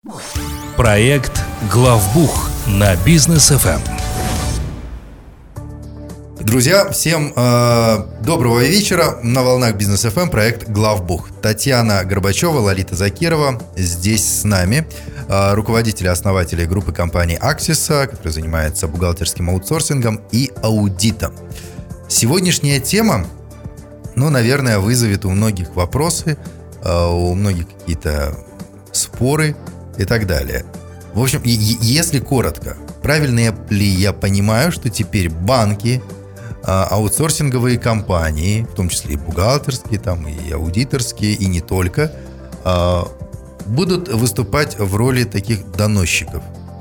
Проект «Главбух» на Бизнес ФМ. Друзья, всем доброго вечера. На волнах Бизнес ФМ проект «Главбух». Татьяна Горбачева, Лолита Закирова здесь с нами. Руководители, основатели группы компаний Axis, которая занимается бухгалтерским аутсорсингом и аудитом. Сегодняшняя тема, наверное, вызовет у многих вопросы, у многих какие-то споры и так далее. В общем, если коротко, правильно ли я понимаю, что теперь банки, аутсорсинговые компании, в том числе и бухгалтерские, и аудиторские, и не только, будут выступать в роли таких доносчиков?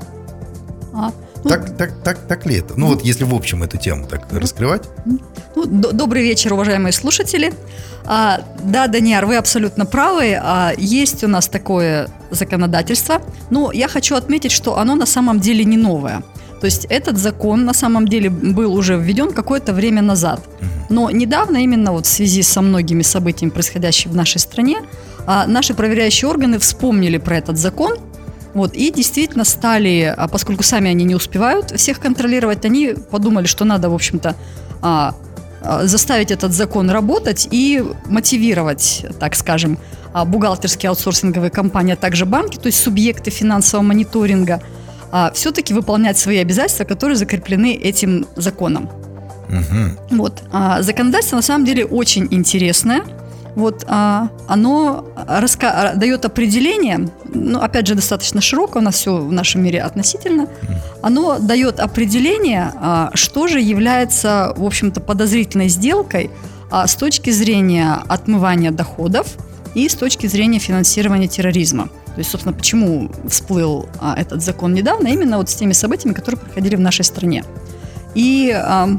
Так ли это? Если в общем эту тему так раскрывать. Добрый вечер, уважаемые слушатели. Да, Даниар, вы абсолютно правы. Есть у нас такое законодательство, но я хочу отметить, что оно на самом деле не новое. То есть этот закон на самом деле был уже введен какое-то время назад. Но недавно, именно в связи со многими событиями, происходящими в нашей стране, наши проверяющие органы вспомнили про этот закон. И действительно стали, поскольку сами они не успевают всех контролировать, они подумали, что надо, в общем-то, заставить этот закон работать и мотивировать, так скажем, бухгалтерские аутсорсинговые компании, а также банки, то есть субъекты финансового мониторинга, все-таки выполнять свои обязательства, которые закреплены этим законом. Законодательство на самом деле очень интересное. Оно дает определение, опять же, достаточно широко, у нас все в нашем мире относительно. Оно дает определение, что же является, в общем-то, подозрительной сделкой с точки зрения отмывания доходов и с точки зрения финансирования терроризма. То есть, собственно, почему всплыл этот закон недавно, именно с теми событиями, которые проходили в нашей стране. И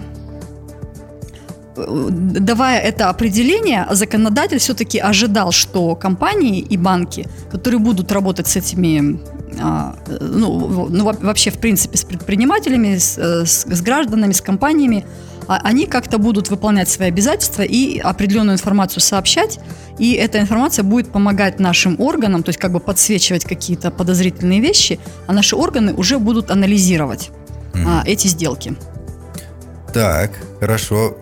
давая это определение, законодатель все-таки ожидал, что компании и банки, которые будут работать с этими, вообще, в принципе, с предпринимателями, с гражданами, с компаниями, они как-то будут выполнять свои обязательства и определенную информацию сообщать, и эта информация будет помогать нашим органам, то есть подсвечивать какие-то подозрительные вещи, а наши органы уже будут анализировать эти сделки. Так, хорошо.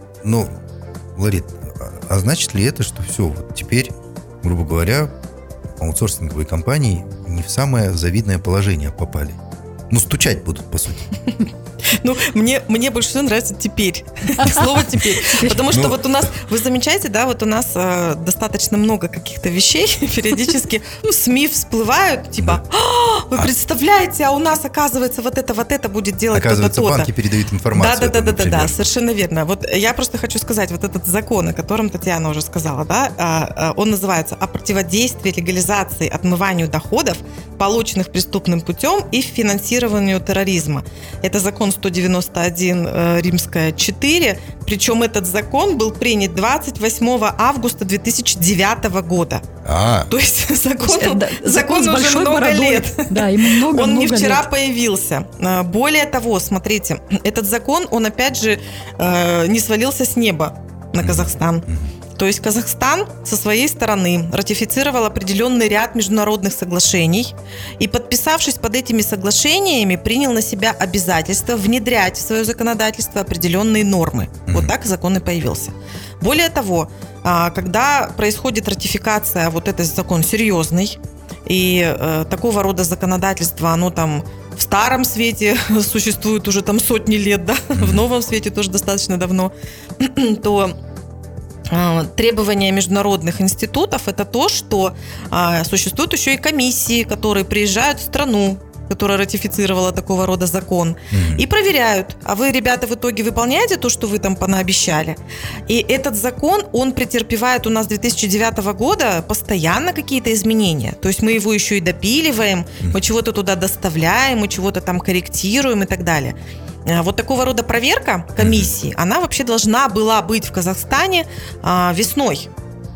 Ларит, а значит ли это, что все, теперь, грубо говоря, аутсорсинговые компании не в самое завидное положение попали? Стучать будут, по сути. Мне больше всего нравится «теперь». Слово «теперь». Потому что у нас, вы замечаете, у нас достаточно много каких-то вещей периодически в СМИ всплывают, вы представляете, а у нас, оказывается, вот это будет делать кто-то. Оказывается, банки передают информацию. Да, совершенно верно. Я просто хочу сказать, этот закон, о котором Татьяна уже сказала, он называется «О противодействии легализации отмыванию доходов, полученных преступным путем, и финансированию терроризма». Это закон 191 римская 4, причем этот закон был принят 28 августа 2009 года. То есть закон уже много лет. Да, ему он не вчера появился. Более того, смотрите, этот закон, он опять же не свалился с неба на Казахстан. То есть Казахстан со своей стороны ратифицировал определенный ряд международных соглашений и, подписавшись под этими соглашениями, принял на себя обязательство внедрять в свое законодательство определенные нормы. Вот так закон и появился. Более того, когда происходит ратификация, этот закон серьезный, и такого рода законодательство, оно в старом свете существует уже сотни лет, в новом свете тоже достаточно давно, то требования международных институтов – это то, что существуют еще и комиссии, которые приезжают в страну, которая ратифицировала такого рода закон, и проверяют, а вы, ребята, в итоге выполняете то, что вы понаобещали? И этот закон, он претерпевает у нас с 2009 года постоянно какие-то изменения. То есть мы его еще и допиливаем, мы чего-то туда доставляем, мы чего-то корректируем и так далее. Вот такого рода проверка комиссии, она вообще должна была быть в Казахстане весной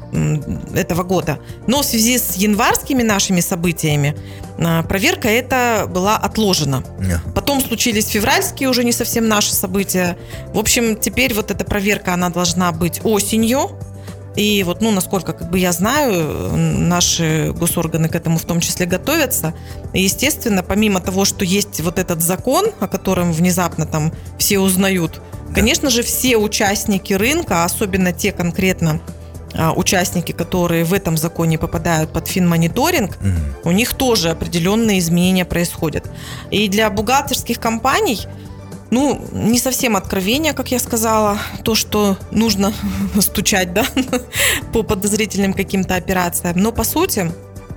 этого года. Но в связи с январскими нашими событиями проверка эта была отложена. Потом случились февральские, уже не совсем наши события. В общем, теперь эта проверка, она должна быть осенью. И вот, насколько я знаю, наши госорганы к этому в том числе готовятся. И, естественно, помимо того, что есть вот этот закон, о котором внезапно там все узнают, конечно же, все участники рынка, особенно те конкретно участники, которые в этом законе попадают под финмониторинг, у них тоже определенные изменения происходят. И для бухгалтерских компаний, не совсем откровение, как я сказала, то, что нужно стучать, по подозрительным каким-то операциям. Но, по сути,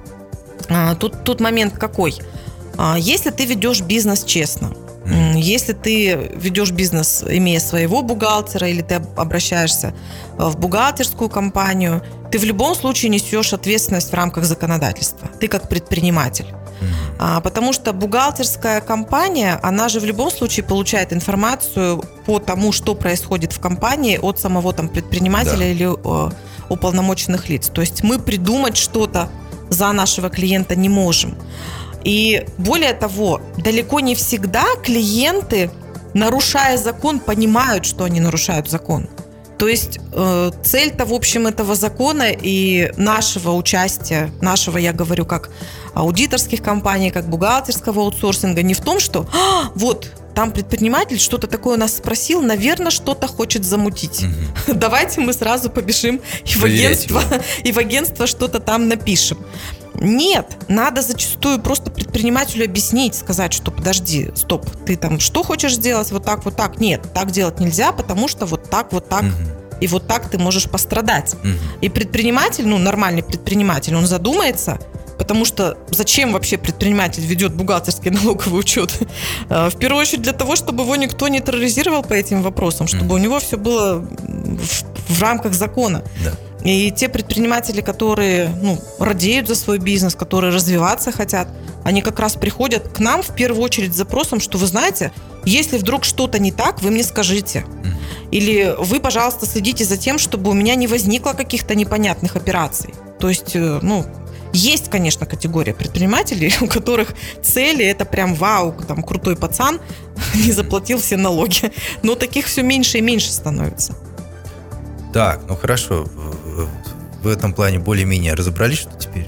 тут момент какой? Если ты ведешь бизнес честно, если ты ведешь бизнес, имея своего бухгалтера, или ты обращаешься в бухгалтерскую компанию, ты в любом случае несешь ответственность в рамках законодательства. Ты как предприниматель. Потому что бухгалтерская компания, она же в любом случае получает информацию по тому, что происходит в компании от самого предпринимателя или уполномоченных лиц. То есть мы придумать что-то за нашего клиента не можем. И более того, далеко не всегда клиенты, нарушая закон, понимают, что они нарушают закон. То есть цель-то, в общем, этого закона и нашего участия, я говорю, как аудиторских компаний, как бухгалтерского аутсорсинга, не в том, что там предприниматель что-то такое у нас спросил, наверное, что-то хочет замутить. Давайте мы сразу побежим и в агентство что-то там напишем. Нет, надо зачастую просто предпринимателю объяснить, сказать, что подожди, стоп, ты там что хочешь сделать, вот так. Нет, так делать нельзя, потому что вот так, и вот так ты можешь пострадать. И предприниматель, нормальный предприниматель, он задумается, потому что зачем вообще предприниматель ведет бухгалтерский налоговый учет? В первую очередь для того, чтобы его никто не терроризировал по этим вопросам, чтобы у него все было в рамках закона. Да. И те предприниматели, которые радеют за свой бизнес, которые развиваться хотят, они как раз приходят к нам в первую очередь с запросом, что вы знаете, если вдруг что-то не так, вы мне скажите. Или вы, пожалуйста, следите за тем, чтобы у меня не возникло каких-то непонятных операций. То есть, есть, конечно, категория предпринимателей, у которых цели это прям вау, там крутой пацан, не заплатил все налоги. Но таких все меньше и меньше становится. Так, хорошо. В этом плане более-менее разобрались, что теперь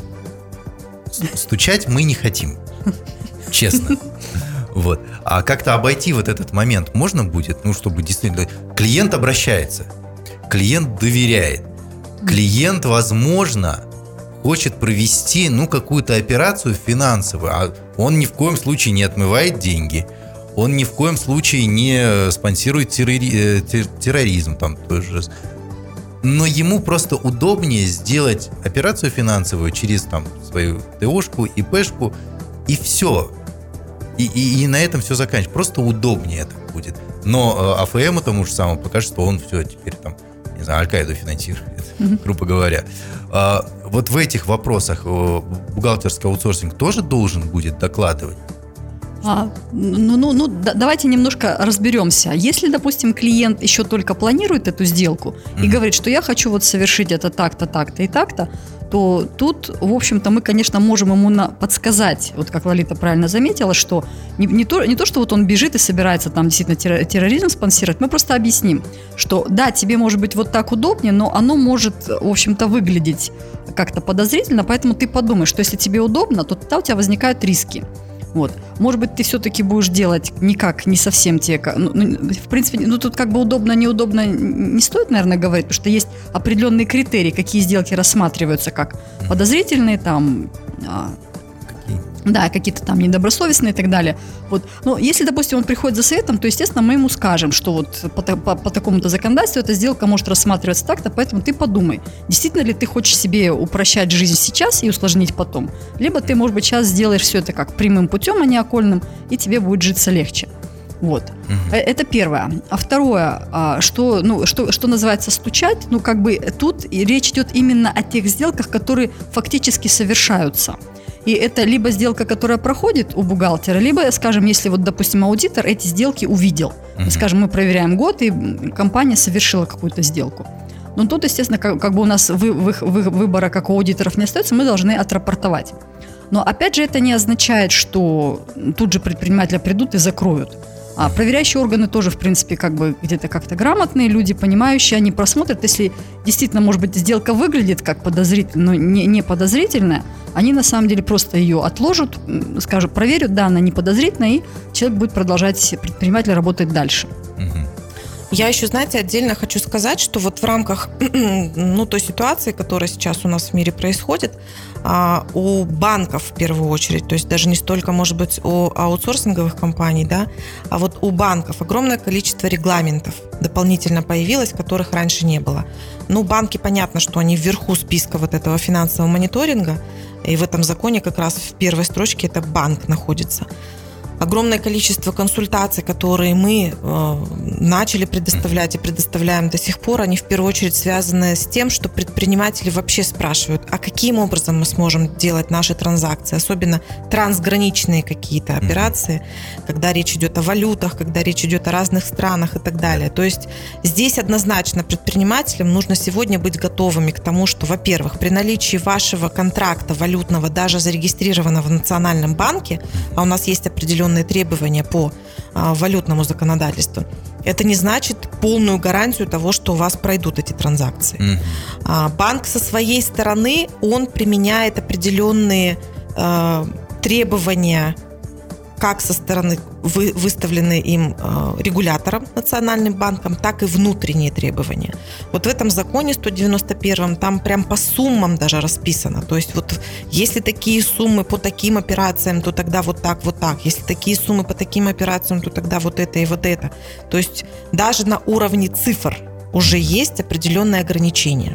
стучать мы не хотим. Честно. Вот. А как-то обойти вот этот момент можно будет, чтобы действительно клиент обращается, клиент доверяет, клиент, возможно, хочет провести, какую-то операцию финансовую, а он ни в коем случае не отмывает деньги, он ни в коем случае не спонсирует терроризм, там тоже. Но ему просто удобнее сделать операцию финансовую через свою ТОшку, ИПшку, и все. И на этом все заканчивается. Просто удобнее это будет. Но АФМ тому же самому покажет, что он все теперь Аль-Каиду финансирует, грубо говоря. Вот в этих вопросах бухгалтерский аутсорсинг тоже должен будет докладывать? Давайте немножко разберемся. Если, допустим, клиент еще только планирует эту сделку и говорит, что я хочу совершить это так-то, так-то и так-то, то тут, в общем-то, мы, конечно, можем ему подсказать, вот как Лолита правильно заметила, что не то, что он бежит и собирается там действительно терроризм спонсировать, мы просто объясним, что да, тебе может быть вот так удобнее, но оно может, в общем-то, выглядеть как-то подозрительно, поэтому ты подумай, что если тебе удобно, то тогда у тебя возникают риски. Вот. Может быть, ты все-таки будешь делать не совсем те... в принципе, тут удобно, неудобно не стоит, наверное, говорить, потому что есть определенные критерии, какие сделки рассматриваются как подозрительные, какие-то там недобросовестные и так далее. Вот. Но если, допустим, он приходит за советом, то, естественно, мы ему скажем, что по такому-то законодательству эта сделка может рассматриваться так-то, поэтому ты подумай, действительно ли ты хочешь себе упрощать жизнь сейчас и усложнить потом, либо ты, может быть, сейчас сделаешь все это как прямым путем, а не окольным, и тебе будет житься легче. Вот. Это первое. А второе, что называется стучать, тут речь идет именно о тех сделках, которые фактически совершаются. И это либо сделка, которая проходит у бухгалтера, либо, скажем, если допустим, аудитор эти сделки увидел. Скажем, мы проверяем год, и компания совершила какую-то сделку. Но тут, естественно, у нас выбора как у аудиторов не остается, мы должны отрапортовать. Но, опять же, это не означает, что тут же предпринимателя придут и закроют. А проверяющие органы тоже, в принципе, как бы где-то как-то грамотные, люди понимающие, они просмотрят, если действительно, может быть, сделка выглядит как подозрительная, но не подозрительная, они на самом деле просто ее отложат, скажут, проверят, да, она не подозрительная, и человек будет продолжать, предприниматель работать дальше. Я еще, знаете, отдельно хочу сказать, что вот в рамках той ситуации, которая сейчас у нас в мире происходит, у банков в первую очередь, то есть даже не столько, может быть, у аутсорсинговых компаний, да, а вот у банков огромное количество регламентов дополнительно появилось, которых раньше не было. Банки, понятно, что они вверху списка вот этого финансового мониторинга, и в этом законе как раз в первой строчке это банк находится. Огромное количество консультаций, которые мы начали предоставлять и предоставляем до сих пор, они в первую очередь связаны с тем, что предприниматели вообще спрашивают, а каким образом мы сможем делать наши транзакции, особенно трансграничные какие-то операции, когда речь идет о валютах, когда речь идет о разных странах и так далее. То есть здесь однозначно предпринимателям нужно сегодня быть готовыми к тому, что, во-первых, при наличии вашего контракта валютного, даже зарегистрированного в Национальном банке, а у нас есть определенные требования по валютному законодательству, это не значит полную гарантию того, что у вас пройдут эти транзакции. Банк со своей стороны, он применяет определенные требования, как со стороны выставленные им регулятором, Национальным банком, так и внутренние требования. Вот в этом законе 191 там прям по суммам даже расписано. То есть вот если такие суммы по таким операциям, то тогда вот так, вот так. Если такие суммы по таким операциям, то тогда вот это и вот это. То есть даже на уровне цифр уже есть определенные ограничения.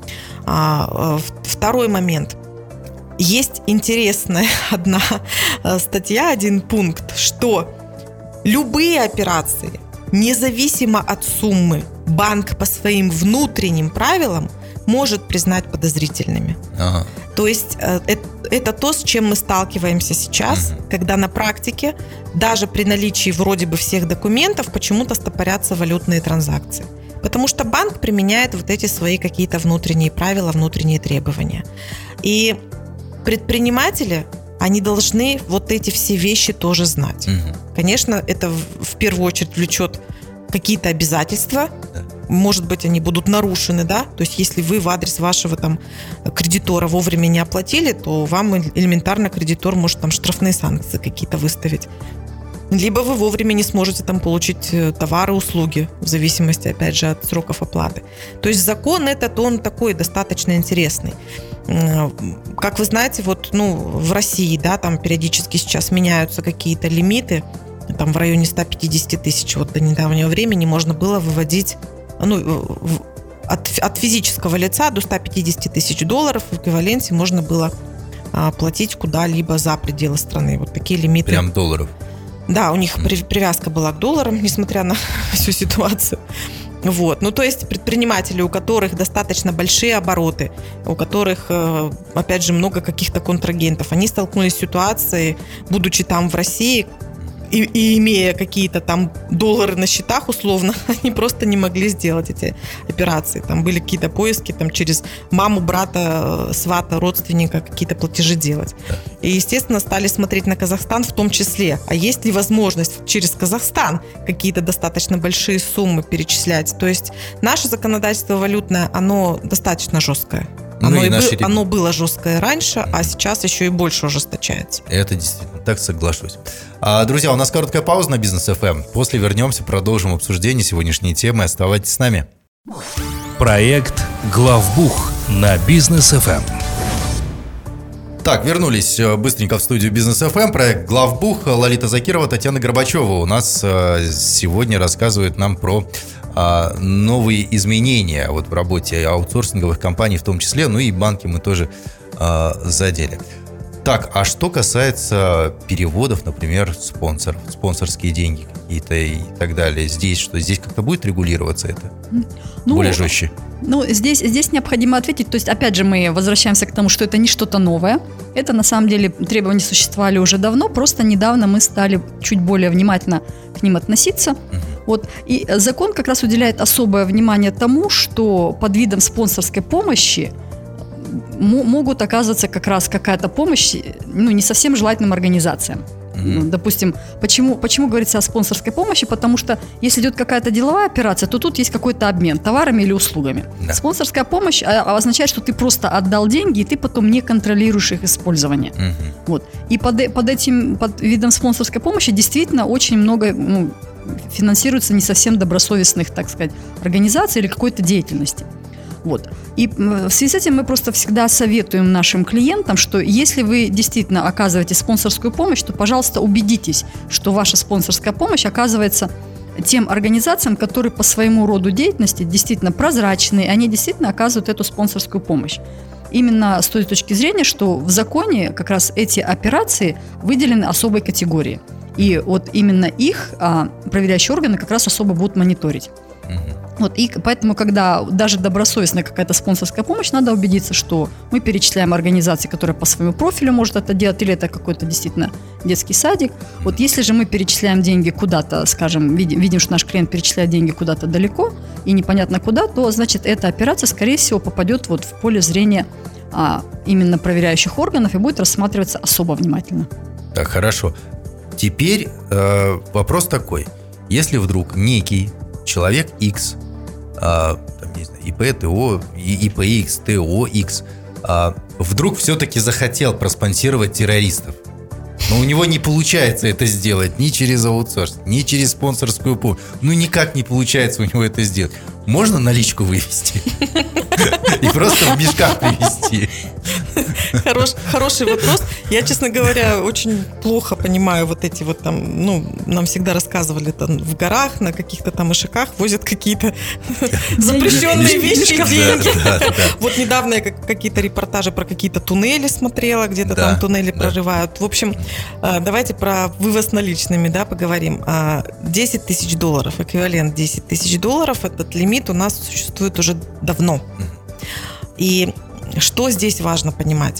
Второй момент. Есть интересная одна статья, один пункт, что любые операции, независимо от суммы, банк по своим внутренним правилам может признать подозрительными. То есть это то, с чем мы сталкиваемся сейчас, когда на практике, даже при наличии вроде бы всех документов, почему-то стопорятся валютные транзакции. Потому что банк применяет вот эти свои какие-то внутренние правила, внутренние требования. И предприниматели, они должны вот эти все вещи тоже знать. Конечно, это в первую очередь влечет какие-то обязательства. Может быть, они будут нарушены, да? То есть, если вы в адрес вашего там кредитора вовремя не оплатили, то вам элементарно кредитор может там штрафные санкции какие-то выставить. Либо вы вовремя не сможете там получить товары, услуги, в зависимости, опять же, от сроков оплаты. То есть закон этот, он такой достаточно интересный. Как вы знаете, вот, в России, да, там периодически сейчас меняются какие-то лимиты, там в районе 150 тысяч, вот до недавнего времени можно было выводить, от физического лица до 150 тысяч долларов в эквиваленте можно было платить куда-либо за пределы страны. Вот такие лимиты. Прям долларов? Да, у них привязка была к долларам, несмотря на всю ситуацию. Вот. То есть предприниматели, у которых достаточно большие обороты, у которых, опять же, много каких-то контрагентов, они столкнулись с ситуацией, будучи там в России, и имея какие-то там доллары на счетах условно, они просто не могли сделать эти операции. Там были какие-то поиски там, через маму, брата, свата, родственника какие-то платежи делать. И, естественно, стали смотреть на Казахстан в том числе. А есть ли возможность через Казахстан какие-то достаточно большие суммы перечислять? То есть наше законодательство валютное, оно достаточно жесткое. Оно было жесткое раньше, а сейчас еще и больше ужесточается. Это действительно так, соглашусь. Друзья, у нас короткая пауза на Бизнес ФМ. После вернемся, продолжим обсуждение сегодняшней темы. Оставайтесь с нами. Проект «Главбух» на Бизнес ФМ. Так, вернулись быстренько в студию Бизнес ФМ. Проект «Главбух». Лолита Закирова, Татьяна Горбачева у нас сегодня рассказывает нам про новые изменения вот в работе аутсорсинговых компаний в том числе, и банки мы тоже задели. Так, а что касается переводов, например, спонсоров, спонсорские деньги какие-то и так далее, здесь как-то будет регулироваться это более жестче? Здесь необходимо ответить, то есть опять же мы возвращаемся к тому, что это не что-то новое, это на самом деле требования существовали уже давно, просто недавно мы стали чуть более внимательно к ним относиться. Вот. И закон как раз уделяет особое внимание тому, что под видом спонсорской помощи могут оказываться как раз какая-то помощь не совсем желательным организациям. Допустим, почему говорится о спонсорской помощи? Потому что если идет какая-то деловая операция, то тут есть какой-то обмен товарами или услугами. Да. Спонсорская помощь означает, что ты просто отдал деньги, и ты потом не контролируешь их использование. Вот. И под видом спонсорской помощи действительно очень много финансируется не совсем добросовестных, так сказать, организаций или какой-то деятельности. Вот. И в связи с этим мы просто всегда советуем нашим клиентам, что если вы действительно оказываете спонсорскую помощь, то, пожалуйста, убедитесь, что ваша спонсорская помощь оказывается тем организациям, которые по своему роду деятельности действительно прозрачные, они действительно оказывают эту спонсорскую помощь. Именно с той точки зрения, что в законе как раз эти операции выделены особой категорией. И вот именно их проверяющие органы как раз особо будут мониторить. Вот, и поэтому, когда даже добросовестная какая-то спонсорская помощь, надо убедиться, что мы перечисляем организации, которые по своему профилю может это делать, или это какой-то действительно детский садик. Вот если же мы перечисляем деньги куда-то, скажем, видим, что наш клиент перечисляет деньги куда-то далеко и непонятно куда, то, значит, эта операция, скорее всего, попадет вот в поле зрения именно проверяющих органов и будет рассматриваться особо внимательно. Так, хорошо. Теперь вопрос такой. Если вдруг некий человек X, там, не знаю, ИП, ТО, ИПХ, ТОХ, вдруг все-таки захотел проспонсировать террористов, но у него не получается это сделать ни через аутсорс, ни через спонсорскую помощь. Никак не получается у него это сделать. Можно наличку вывести? И просто в мешках привезти? Хороший вопрос. Я, честно говоря, очень плохо понимаю вот эти вот там, нам всегда рассказывали там в горах, на каких-то там ишаках возят какие-то запрещенные вещи и деньги. Вот недавно я какие-то репортажи про какие-то туннели смотрела, где-то там туннели прорывают. В общем, давайте про вывоз наличными, поговорим. $10 тысяч, эквивалент $10 тысяч, этот лимит у нас существует уже давно. И что здесь важно понимать?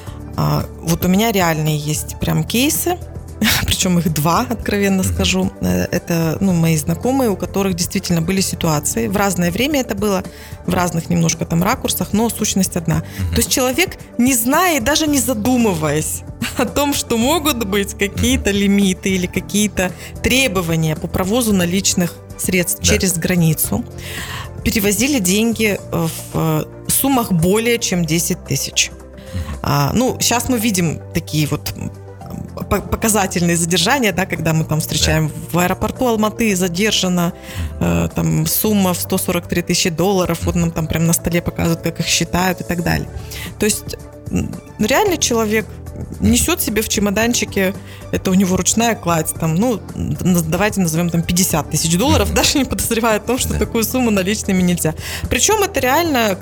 Вот у меня реальные есть прям кейсы, причем их 2, откровенно скажу. Это мои знакомые, у которых действительно были ситуации. В разное время это было, в разных немножко там ракурсах, но сущность одна. То есть человек, не зная и даже не задумываясь о том, что могут быть какие-то лимиты или какие-то требования по провозу наличных средств через границу, перевозили деньги в суммах более чем 10 тысяч. Сейчас мы видим такие вот показательные задержания, когда мы там встречаем в аэропорту Алматы задержана там сумма в $143 тысячи, вот нам там прям на столе показывают, как их считают и так далее. То есть реальный человек несет себе в чемоданчике, это у него ручная кладь, там, давайте назовем там $50 тысяч, даже не подозревая о том, что такую сумму наличными нельзя. Причем это реально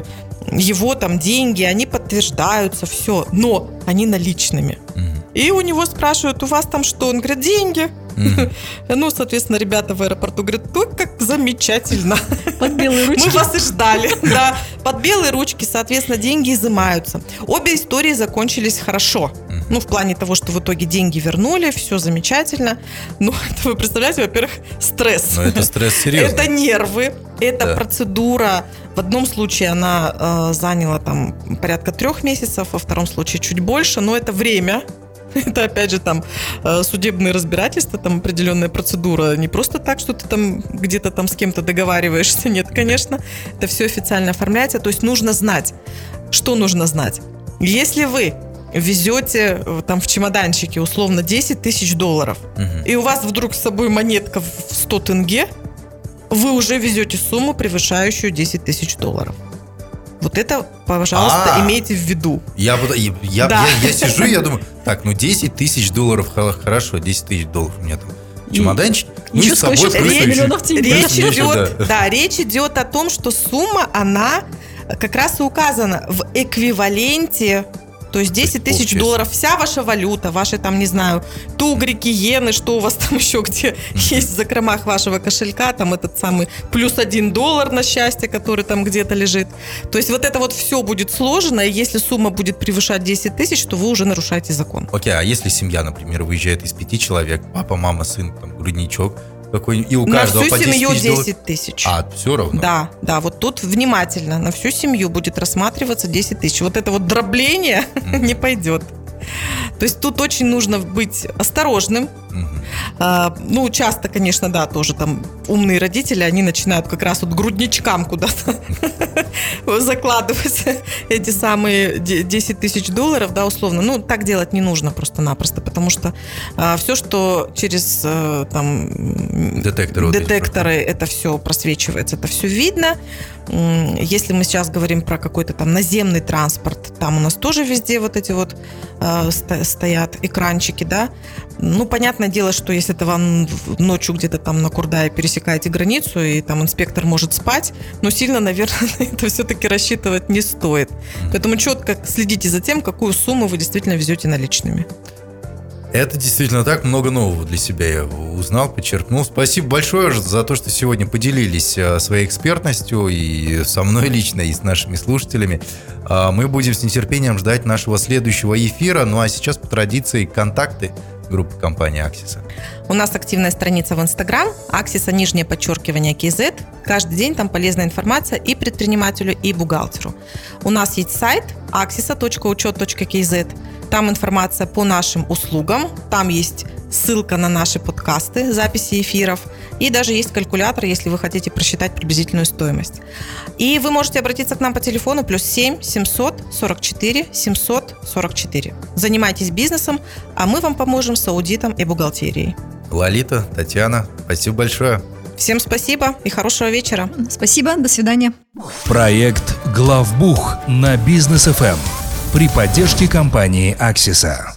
его там деньги, они подтверждаются, все, но они наличными. И у него спрашивают, у вас там что? Он говорит, деньги. Соответственно, ребята в аэропорту говорят, как замечательно. Под белые ручки. Мы вас и ждали. Да, под белые ручки, соответственно, деньги изымаются. Обе истории закончились хорошо. В плане того, что в итоге деньги вернули, все замечательно. Это вы представляете, во-первых, стресс. Это стресс серьезный. Это нервы, это процедура. В одном случае она заняла там порядка 3 месяцев, во втором случае чуть больше, но это время. Это, опять же, там судебные разбирательства, там определенная процедура. Не просто так, что ты там где-то там с кем-то договариваешься. Нет, конечно. Это все официально оформляется. То есть нужно знать. Что нужно знать? Если вы везете там в чемоданчике условно $10 тысяч, и у вас вдруг с собой монетка в 100 тенге, вы уже везете сумму, превышающую $10 тысяч. Вот это, пожалуйста, имейте в виду. Я сижу, я думаю, так, $10 тысяч, хорошо, $10 тысяч у меня там чемоданчик. И с собой речь идет о том, что сумма, она как раз и указана в эквиваленте. То есть $10 тысяч, вся ваша валюта, ваши там, не знаю, тугрики, иены, что у вас там еще где есть в закромах вашего кошелька, там этот самый плюс $1 на счастье, который там где-то лежит. То есть вот это вот все будет сложено, и если сумма будет превышать 10 тысяч, то вы уже нарушаете закон. Окей, а если семья, например, выезжает из 5 человек, папа, мама, сын, там, грудничок, и у каждого на всю по 10 семью тысяч $10 тысяч. Все равно? Да, вот тут внимательно, на всю семью будет рассматриваться $10 тысяч. Вот это вот дробление не пойдет. То есть тут очень нужно быть осторожным. Ну, часто, конечно, да, тоже там умные родители, они начинают как раз вот грудничкам куда-то закладывать эти самые $10 тысяч, да, условно. Ну, так делать не нужно просто-напросто, потому что все, что через там детекторы, это все просвечивается, это все видно. Если мы сейчас говорим про какой-то там наземный транспорт, там у нас тоже везде вот эти вот стоят экранчики, да. Ну, понятное дело, что если это вам ночью где-то там на Курдае пересекаете границу, и там инспектор может спать, но сильно, наверное, на это все-таки рассчитывать не стоит. Поэтому четко следите за тем, какую сумму вы действительно везете наличными. Это действительно так, много нового для себя я узнал, подчеркнул. Спасибо большое за то, что сегодня поделились своей экспертностью и со мной лично, и с нашими слушателями. Мы будем с нетерпением ждать нашего следующего эфира. Ну а сейчас по традиции контакты группы компании Аксиса. У нас активная страница в Инстаграм, Аксиса, _KZ. Каждый день там полезная информация и предпринимателю, и бухгалтеру. У нас есть сайт axisa.учет.kz. Там информация по нашим услугам, там есть ссылка на наши подкасты, записи эфиров, и даже есть калькулятор, если вы хотите просчитать приблизительную стоимость. И вы можете обратиться к нам по телефону +7 744 744. Занимайтесь бизнесом, а мы вам поможем с аудитом и бухгалтерией. Лолита, Татьяна, спасибо большое. Всем спасибо и хорошего вечера. Спасибо, до свидания. Проект «Главбух» на Бизнес ФМ при поддержке компании Аксиса.